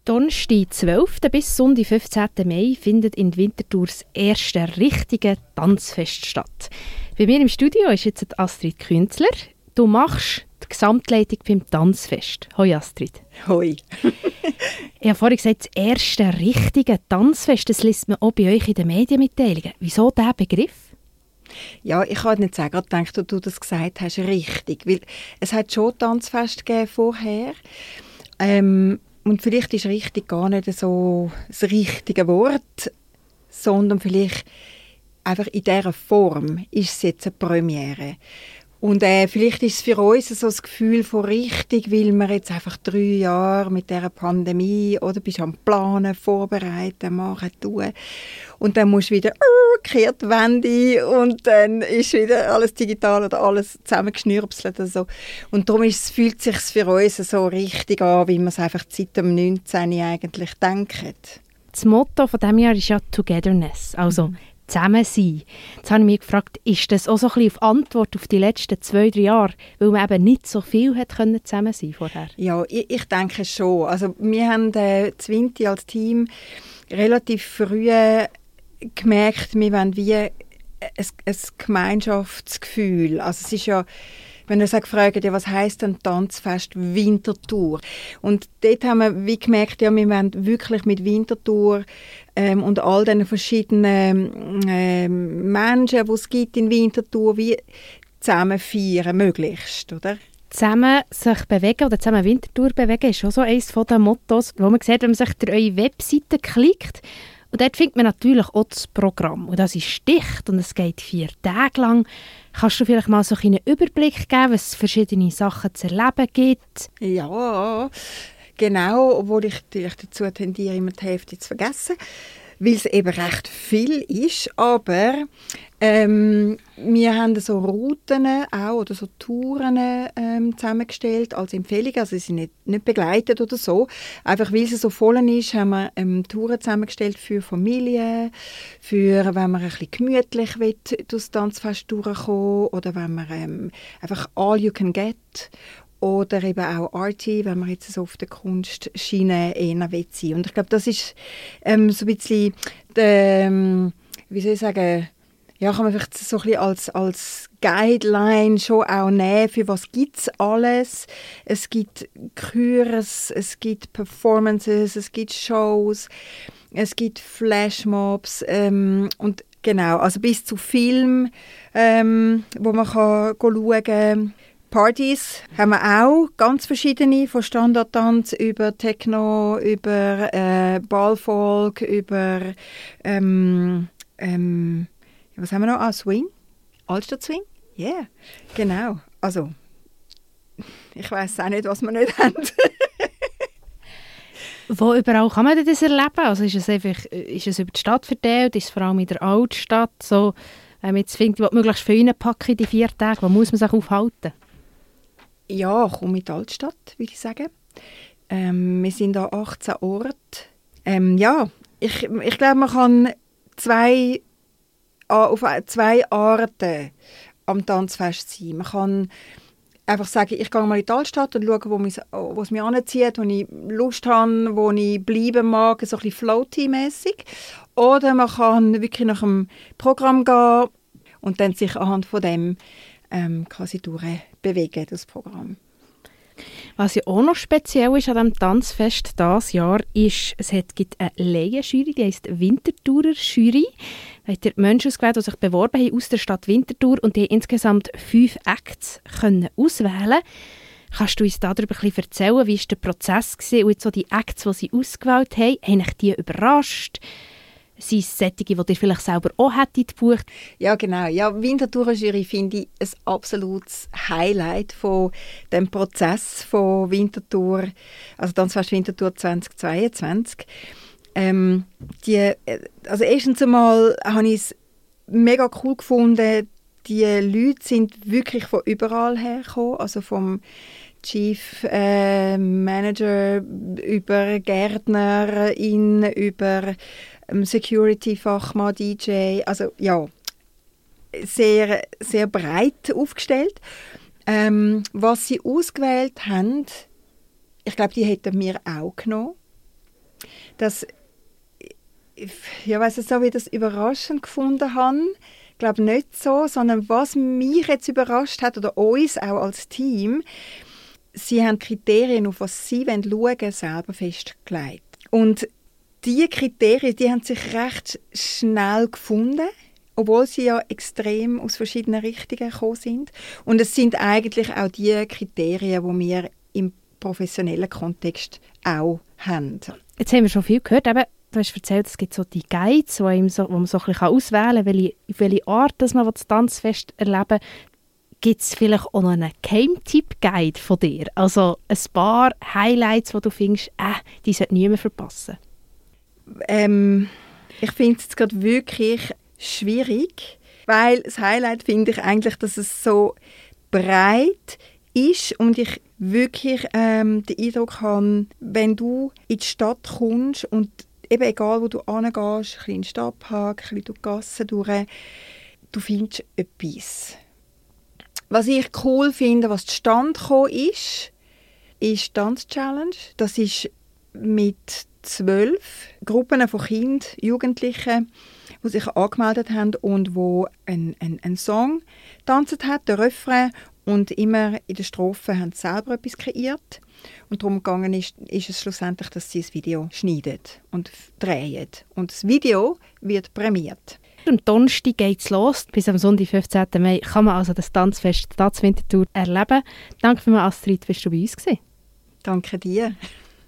Donnerstag, 12. bis Sonntag, 15. Mai, findet in Winterthur das erste richtige Tanzfest statt. Bei mir im Studio ist jetzt Astrid Künzler. Du machst die Gesamtleitung beim Tanzfest. Hoi Astrid. Hoi. Ich habe vorhin gesagt, das erste richtige Tanzfest, das liest man auch bei euch in den Medienmitteilungen. Wieso dieser Begriff? Ja, ich kann nicht sagen, ich denke, du das gesagt hast, richtig. Weil es hat schon Tanzfest gegeben vorher. Und vielleicht ist richtig gar nicht so das richtige Wort, sondern vielleicht einfach in dieser Form ist es jetzt eine Premiere. Und vielleicht ist es für uns so das Gefühl von richtig, weil wir jetzt einfach 3 Jahre mit dieser Pandemie oder bist am Planen, Vorbereiten, machen, tun. Und dann musst du wieder kehrt die Wende und dann ist wieder alles digital oder alles zusammengeschnürpselt. Oder so. Und darum fühlt es sich für uns so richtig an, wie wir es einfach seit dem 19. eigentlich denken. Das Motto von diesem Jahr ist ja «Togetherness», also zusammen sein. Jetzt habe ich mich gefragt, ist das auch so ein bisschen auf Antwort auf die letzten 2-3 Jahre, weil man eben nicht so viel hat können zusammen sein vorher? Ja, ich denke schon. Also wir haben Zwinti als Team relativ früh gemerkt, wir wollen wie ein Gemeinschaftsgefühl. Also es ist ja, wenn ihr fragt, ja, was heisst denn Tanzfest Winterthur? Und dort haben wir wie gemerkt, ja, wir wollen wirklich mit Winterthur und all diesen verschiedenen Menschen, die es gibt in Winterthur, wie zusammen feiern, möglichst, oder? Zusammen sich bewegen oder zusammen Winterthur bewegen ist auch so eines der Mottos, wo man sieht, wenn man sich durch eure Webseite klickt. Und dort findet man natürlich auch das Programm. Und das ist dicht und es geht 4 Tage lang. Kannst du vielleicht mal so einen Überblick geben, was es verschiedene Sachen zu erleben gibt? Ja, genau, obwohl ich natürlich dazu tendiere, immer die Hälfte zu vergessen, weil es eben recht viel ist. Aber wir haben so Routen auch, oder so Touren zusammengestellt als Empfehlung. Also sie sind nicht begleitet oder so. Einfach weil es so voll ist, haben wir Touren zusammengestellt für Familien, für wenn man ein bisschen gemütlich will, durchs Tanzfest durchkommen oder wenn man einfach all you can get. Oder eben auch Arty, wenn man jetzt so auf der Kunstschiene eher sein will. Und ich glaube, das ist so ein bisschen, wie soll ich sagen, ja, kann man vielleicht so ein bisschen als Guideline schon auch nehmen, für was gibt es alles. Es gibt Chöre, es gibt Performances, es gibt Shows, es gibt Flashmobs und genau, also bis zu Filmen, wo man schauen kann. Partys haben wir auch, ganz verschiedene, von Standardtanz über Techno, über Ballfolk, über was haben wir noch? Swing? Altstadt-Swing? Ja, yeah. Genau. Also, ich weiss auch nicht, was wir nicht haben. Wo überall kann man das erleben? Also ist es über die Stadt verteilt? Ist es vor allem in der Altstadt? So, wenn man jetzt findet, was möglichst viel reinpacken in die 4 Tage, wo muss man sich aufhalten? Ja, komm in die Altstadt, würde ich sagen. Wir sind an 18 Orten. Ja, ich glaube, man kann auf 2 Arten am Tanzfest sein. Man kann einfach sagen, ich gehe mal in die Altstadt und schaue, wo es mich anzieht, wo ich Lust habe, wo ich bleiben mag, so ein bisschen floaty-mässig. Oder man kann wirklich nach dem Programm gehen und dann sich anhand von dem quasi durchbewegen, das Programm. Was ja auch noch speziell ist an diesem Tanzfest dieses Jahr, ist, es gibt eine Laienjury, die heisst Winterthurer Jury. Da hat die Menschen ausgewählt, die sich beworben haben aus der Stadt Winterthur und die haben insgesamt 5 Acts können auswählen. Kannst du uns darüber ein bisschen erzählen, wie war der Prozess gewesen? Und jetzt so die Acts, die sie ausgewählt haben, haben dich die überrascht? Sind es solche, die ihr vielleicht selber auch hättet gebucht? Ja, genau. Ja, Winterthurer Jury finde ich ein absolutes Highlight von dem Prozess von Winterthur, also Tanzfest Winterthur 2022. Also erstens einmal habe ich es mega cool gefunden, die Leute sind wirklich von überall hergekommen, also vom Chief Manager über Gärtnerin, über Security-Fachmann, DJ, also ja, sehr, sehr breit aufgestellt. Was sie ausgewählt haben, ich glaube, die hätten wir auch genommen. dass ja, weiss nicht so, wie ich das überraschend gefunden habe. Ich glaube nicht so, sondern was mich jetzt überrascht hat, oder uns auch als Team, sie haben Kriterien, auf was sie schauen wollen, selber festgelegt. Und diese Kriterien, die haben sich recht schnell gefunden, obwohl sie ja extrem aus verschiedenen Richtungen gekommen sind. Und es sind eigentlich auch die Kriterien, die wir im professionellen Kontext auch haben. Jetzt haben wir schon viel gehört, eben, du hast erzählt, es gibt so die Guides, wo man so ein bisschen auswählen kann, auf welche Art dass man das Tanzfest erleben will. Gibt es vielleicht auch noch einen Geheimtipp-Guide von dir? Also ein paar Highlights, die du findest, die sollte niemand verpassen? Ich finde es jetzt gerade wirklich schwierig, weil das Highlight finde ich eigentlich, dass es so breit ist und ich wirklich den Eindruck habe, wenn du in die Stadt kommst und eben egal, wo du hingehst, ein bisschen in den Stadtpark, ein bisschen durch die Gassen durch, du findest etwas. Was ich cool finde, was zustande gekommen ist die Tanz-Challenge. Das ist mit 12 Gruppen von Kindern, Jugendlichen, die sich angemeldet haben und die einen Song getanzt haben, den Refrain, und immer in der Strophe haben sie selber etwas kreiert. Und darum gegangen ist es schlussendlich, dass sie ein Video schneiden und drehen. Und das Video wird prämiert. Am Donnerstag geht es los. Bis am Sonntag, 15. Mai, kann man also das Tanzfest Tanz Winterthur erleben. Danke vielmals, Astrid, bist du bei uns gewesen. Danke dir.